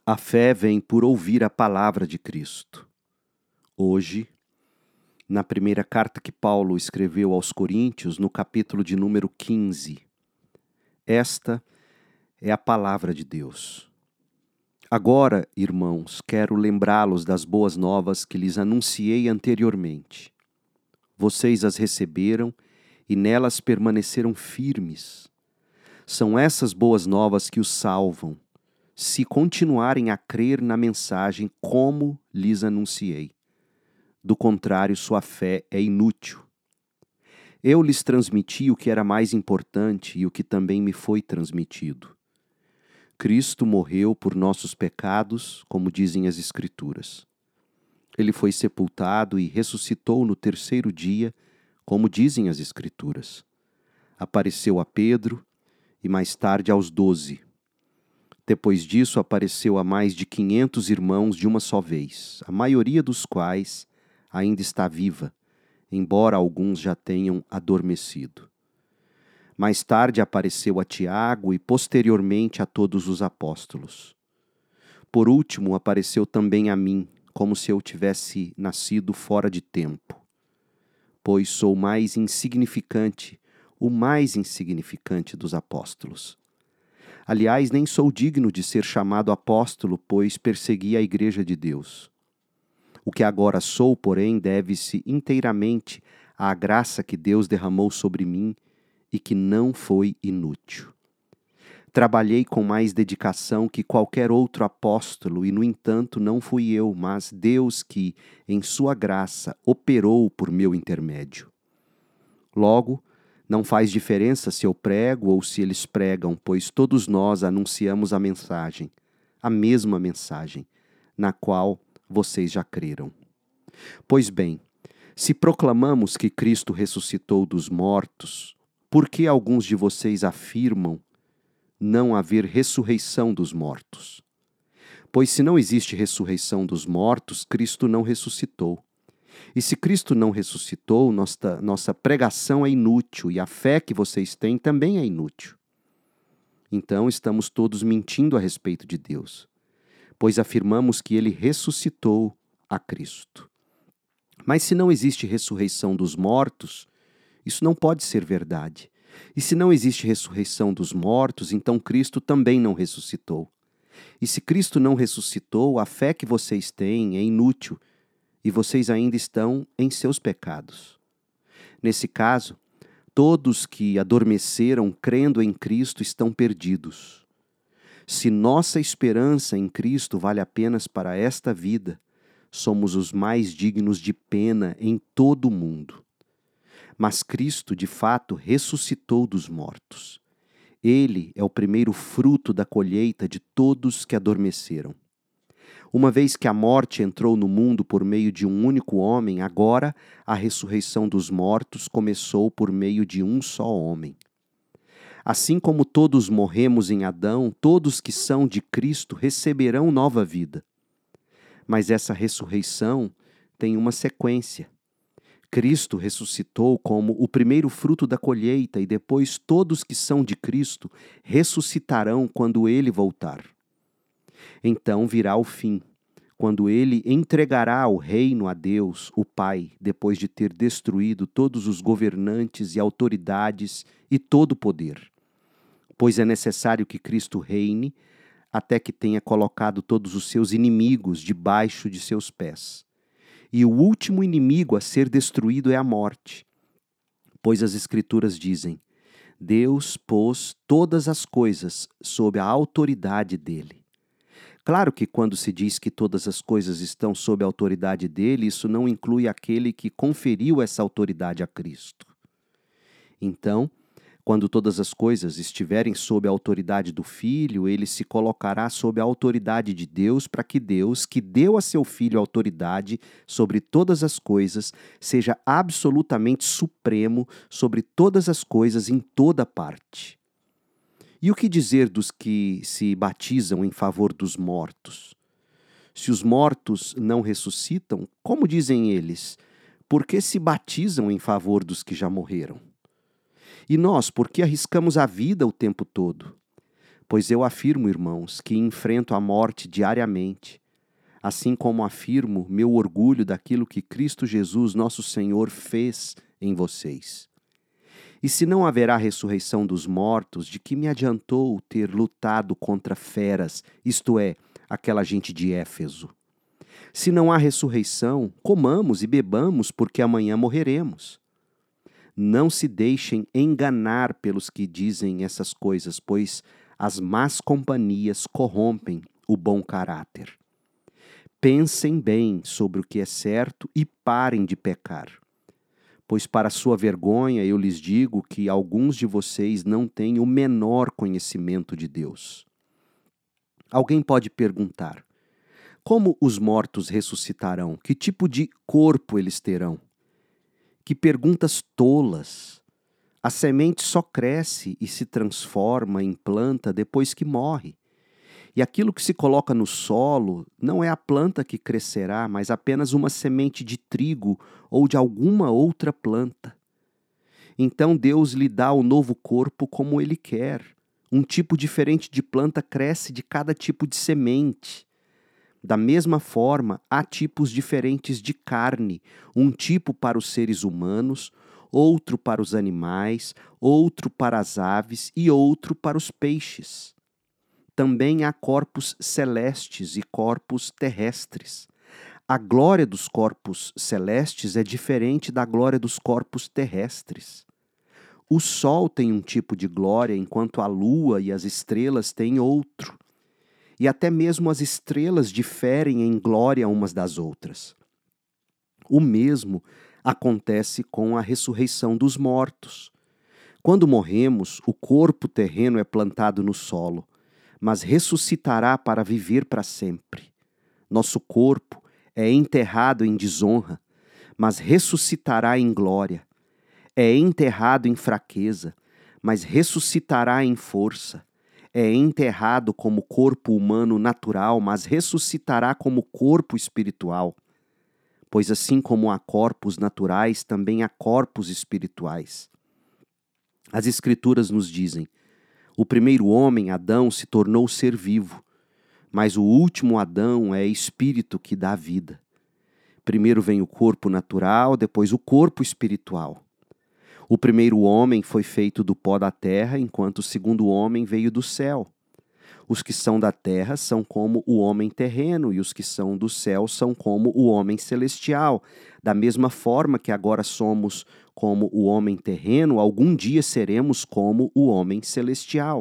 A fé vem por ouvir a palavra de Cristo. Hoje, na primeira carta que Paulo escreveu aos Coríntios, no capítulo de número 15, esta é a palavra de Deus. Agora, irmãos, quero lembrá-los das boas novas que lhes anunciei anteriormente. Vocês as receberam e nelas permaneceram firmes. São essas boas novas que os salvam, se continuarem a crer na mensagem como lhes anunciei. Do contrário, sua fé é inútil. Eu lhes transmiti o que era mais importante e o que também me foi transmitido. Cristo morreu por nossos pecados, como dizem as Escrituras. Ele foi sepultado e ressuscitou no terceiro dia, como dizem as Escrituras. Apareceu a Pedro e mais tarde aos 12. Depois disso, apareceu a mais de 500 irmãos de uma só vez, a maioria dos quais ainda está viva, embora alguns já tenham adormecido. Mais tarde apareceu a Tiago e posteriormente a todos os apóstolos. Por último, apareceu também a mim, como se eu tivesse nascido fora de tempo, pois sou o mais insignificante dos apóstolos. Aliás, nem sou digno de ser chamado apóstolo, pois persegui a igreja de Deus. O que agora sou, porém, deve-se inteiramente à graça que Deus derramou sobre mim e que não foi inútil. Trabalhei com mais dedicação que qualquer outro apóstolo e, no entanto, não fui eu, mas Deus que, em sua graça, operou por meu intermédio. Logo, não faz diferença se eu prego ou se eles pregam, pois todos nós anunciamos a mesma mensagem, na qual vocês já creram. Pois bem, se proclamamos que Cristo ressuscitou dos mortos, por que alguns de vocês afirmam não haver ressurreição dos mortos? Pois se não existe ressurreição dos mortos, Cristo não ressuscitou. E se Cristo não ressuscitou, nossa pregação é inútil e a fé que vocês têm também é inútil. Então estamos todos mentindo a respeito de Deus, pois afirmamos que Ele ressuscitou a Cristo. Mas se não existe ressurreição dos mortos, isso não pode ser verdade. E se não existe ressurreição dos mortos, então Cristo também não ressuscitou. E se Cristo não ressuscitou, a fé que vocês têm é inútil, e vocês ainda estão em seus pecados. Nesse caso, todos que adormeceram crendo em Cristo estão perdidos. Se nossa esperança em Cristo vale apenas para esta vida, somos os mais dignos de pena em todo o mundo. Mas Cristo, de fato, ressuscitou dos mortos. Ele é o primeiro fruto da colheita de todos que adormeceram. Uma vez que a morte entrou no mundo por meio de um único homem, agora a ressurreição dos mortos começou por meio de um só homem. Assim como todos morremos em Adão, todos que são de Cristo receberão nova vida. Mas essa ressurreição tem uma sequência. Cristo ressuscitou como o primeiro fruto da colheita e depois todos que são de Cristo ressuscitarão quando Ele voltar. Então virá o fim, quando ele entregará o reino a Deus, o Pai, depois de ter destruído todos os governantes e autoridades e todo o poder. Pois é necessário que Cristo reine até que tenha colocado todos os seus inimigos debaixo de seus pés. E o último inimigo a ser destruído é a morte. Pois as Escrituras dizem: Deus pôs todas as coisas sob a autoridade dele. Claro que quando se diz que todas as coisas estão sob a autoridade dele, isso não inclui aquele que conferiu essa autoridade a Cristo. Então, quando todas as coisas estiverem sob a autoridade do Filho, ele se colocará sob a autoridade de Deus, para que Deus, que deu a seu Filho autoridade sobre todas as coisas, seja absolutamente supremo sobre todas as coisas em toda parte. E o que dizer dos que se batizam em favor dos mortos? Se os mortos não ressuscitam, como dizem eles, por que se batizam em favor dos que já morreram? E nós, por que arriscamos a vida o tempo todo? Pois eu afirmo, irmãos, que enfrento a morte diariamente, assim como afirmo meu orgulho daquilo que Cristo Jesus, nosso Senhor, fez em vocês. E se não haverá ressurreição dos mortos, de que me adiantou ter lutado contra feras, isto é, aquela gente de Éfeso? Se não há ressurreição, comamos e bebamos, porque amanhã morreremos. Não se deixem enganar pelos que dizem essas coisas, pois as más companhias corrompem o bom caráter. Pensem bem sobre o que é certo e parem de pecar. Pois para sua vergonha eu lhes digo que alguns de vocês não têm o menor conhecimento de Deus. Alguém pode perguntar: como os mortos ressuscitarão? Que tipo de corpo eles terão? Que perguntas tolas! A semente só cresce e se transforma em planta depois que morre. E aquilo que se coloca no solo não é a planta que crescerá, mas apenas uma semente de trigo ou de alguma outra planta. Então Deus lhe dá o novo corpo como Ele quer. Um tipo diferente de planta cresce de cada tipo de semente. Da mesma forma, há tipos diferentes de carne, um tipo para os seres humanos, outro para os animais, outro para as aves e outro para os peixes. Também há corpos celestes e corpos terrestres. A glória dos corpos celestes é diferente da glória dos corpos terrestres. O sol tem um tipo de glória, enquanto a lua e as estrelas têm outro. E até mesmo as estrelas diferem em glória umas das outras. O mesmo acontece com a ressurreição dos mortos. Quando morremos, o corpo terreno é plantado no solo, mas ressuscitará para viver para sempre. Nosso corpo é enterrado em desonra, mas ressuscitará em glória. É enterrado em fraqueza, mas ressuscitará em força. É enterrado como corpo humano natural, mas ressuscitará como corpo espiritual. Pois assim como há corpos naturais, também há corpos espirituais. As Escrituras nos dizem: o primeiro homem, Adão, se tornou ser vivo, mas o último Adão é espírito que dá vida. Primeiro vem o corpo natural, depois o corpo espiritual. O primeiro homem foi feito do pó da terra, enquanto o segundo homem veio do céu. Os que são da terra são como o homem terreno, e os que são do céu são como o homem celestial. Da mesma forma que agora somos como o homem terreno, algum dia seremos como o homem celestial.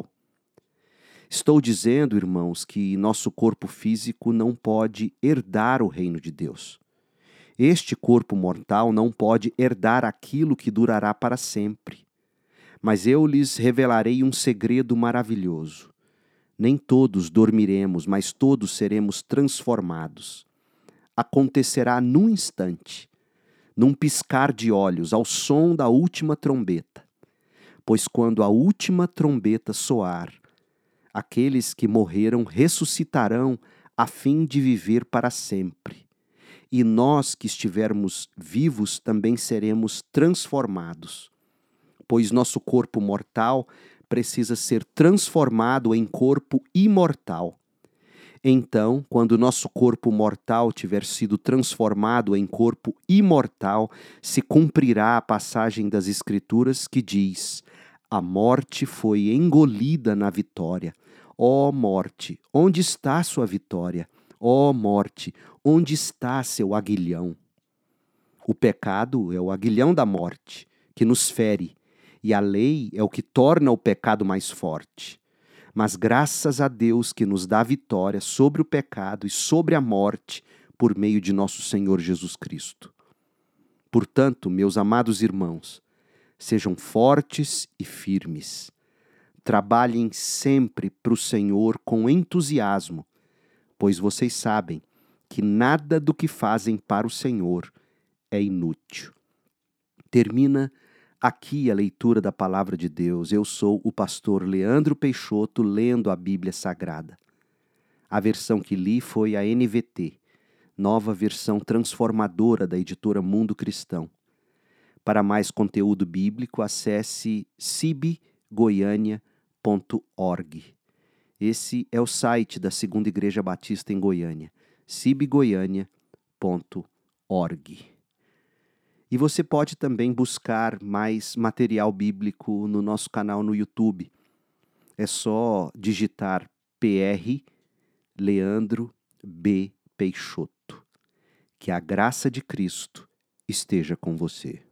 Estou dizendo, irmãos, que nosso corpo físico não pode herdar o reino de Deus. Este corpo mortal não pode herdar aquilo que durará para sempre. Mas eu lhes revelarei um segredo maravilhoso. Nem todos dormiremos, mas todos seremos transformados. Acontecerá num instante, num piscar de olhos, ao som da última trombeta. Pois quando a última trombeta soar, aqueles que morreram ressuscitarão a fim de viver para sempre. E nós que estivermos vivos também seremos transformados, pois nosso corpo mortal precisa ser transformado em corpo imortal. Então, quando nosso corpo mortal tiver sido transformado em corpo imortal, se cumprirá a passagem das Escrituras que diz: a morte foi engolida na vitória. Ó morte, onde está sua vitória? Ó morte, onde está seu aguilhão? O pecado é o aguilhão da morte, que nos fere, e a lei é o que torna o pecado mais forte. Mas graças a Deus que nos dá vitória sobre o pecado e sobre a morte por meio de nosso Senhor Jesus Cristo. Portanto, meus amados irmãos, sejam fortes e firmes. Trabalhem sempre para o Senhor com entusiasmo, pois vocês sabem que nada do que fazem para o Senhor é inútil. Termina aqui a leitura da Palavra de Deus. Eu sou o pastor Leandro Peixoto, lendo a Bíblia Sagrada. A versão que li foi a NVT, nova versão transformadora da editora Mundo Cristão. Para mais conteúdo bíblico, acesse cibgoiania.org. Esse é o site da Segunda Igreja Batista em Goiânia, cibgoiania.org. E você pode também buscar mais material bíblico no nosso canal no YouTube. É só digitar PR Leandro B. Peixoto. Que a graça de Cristo esteja com você.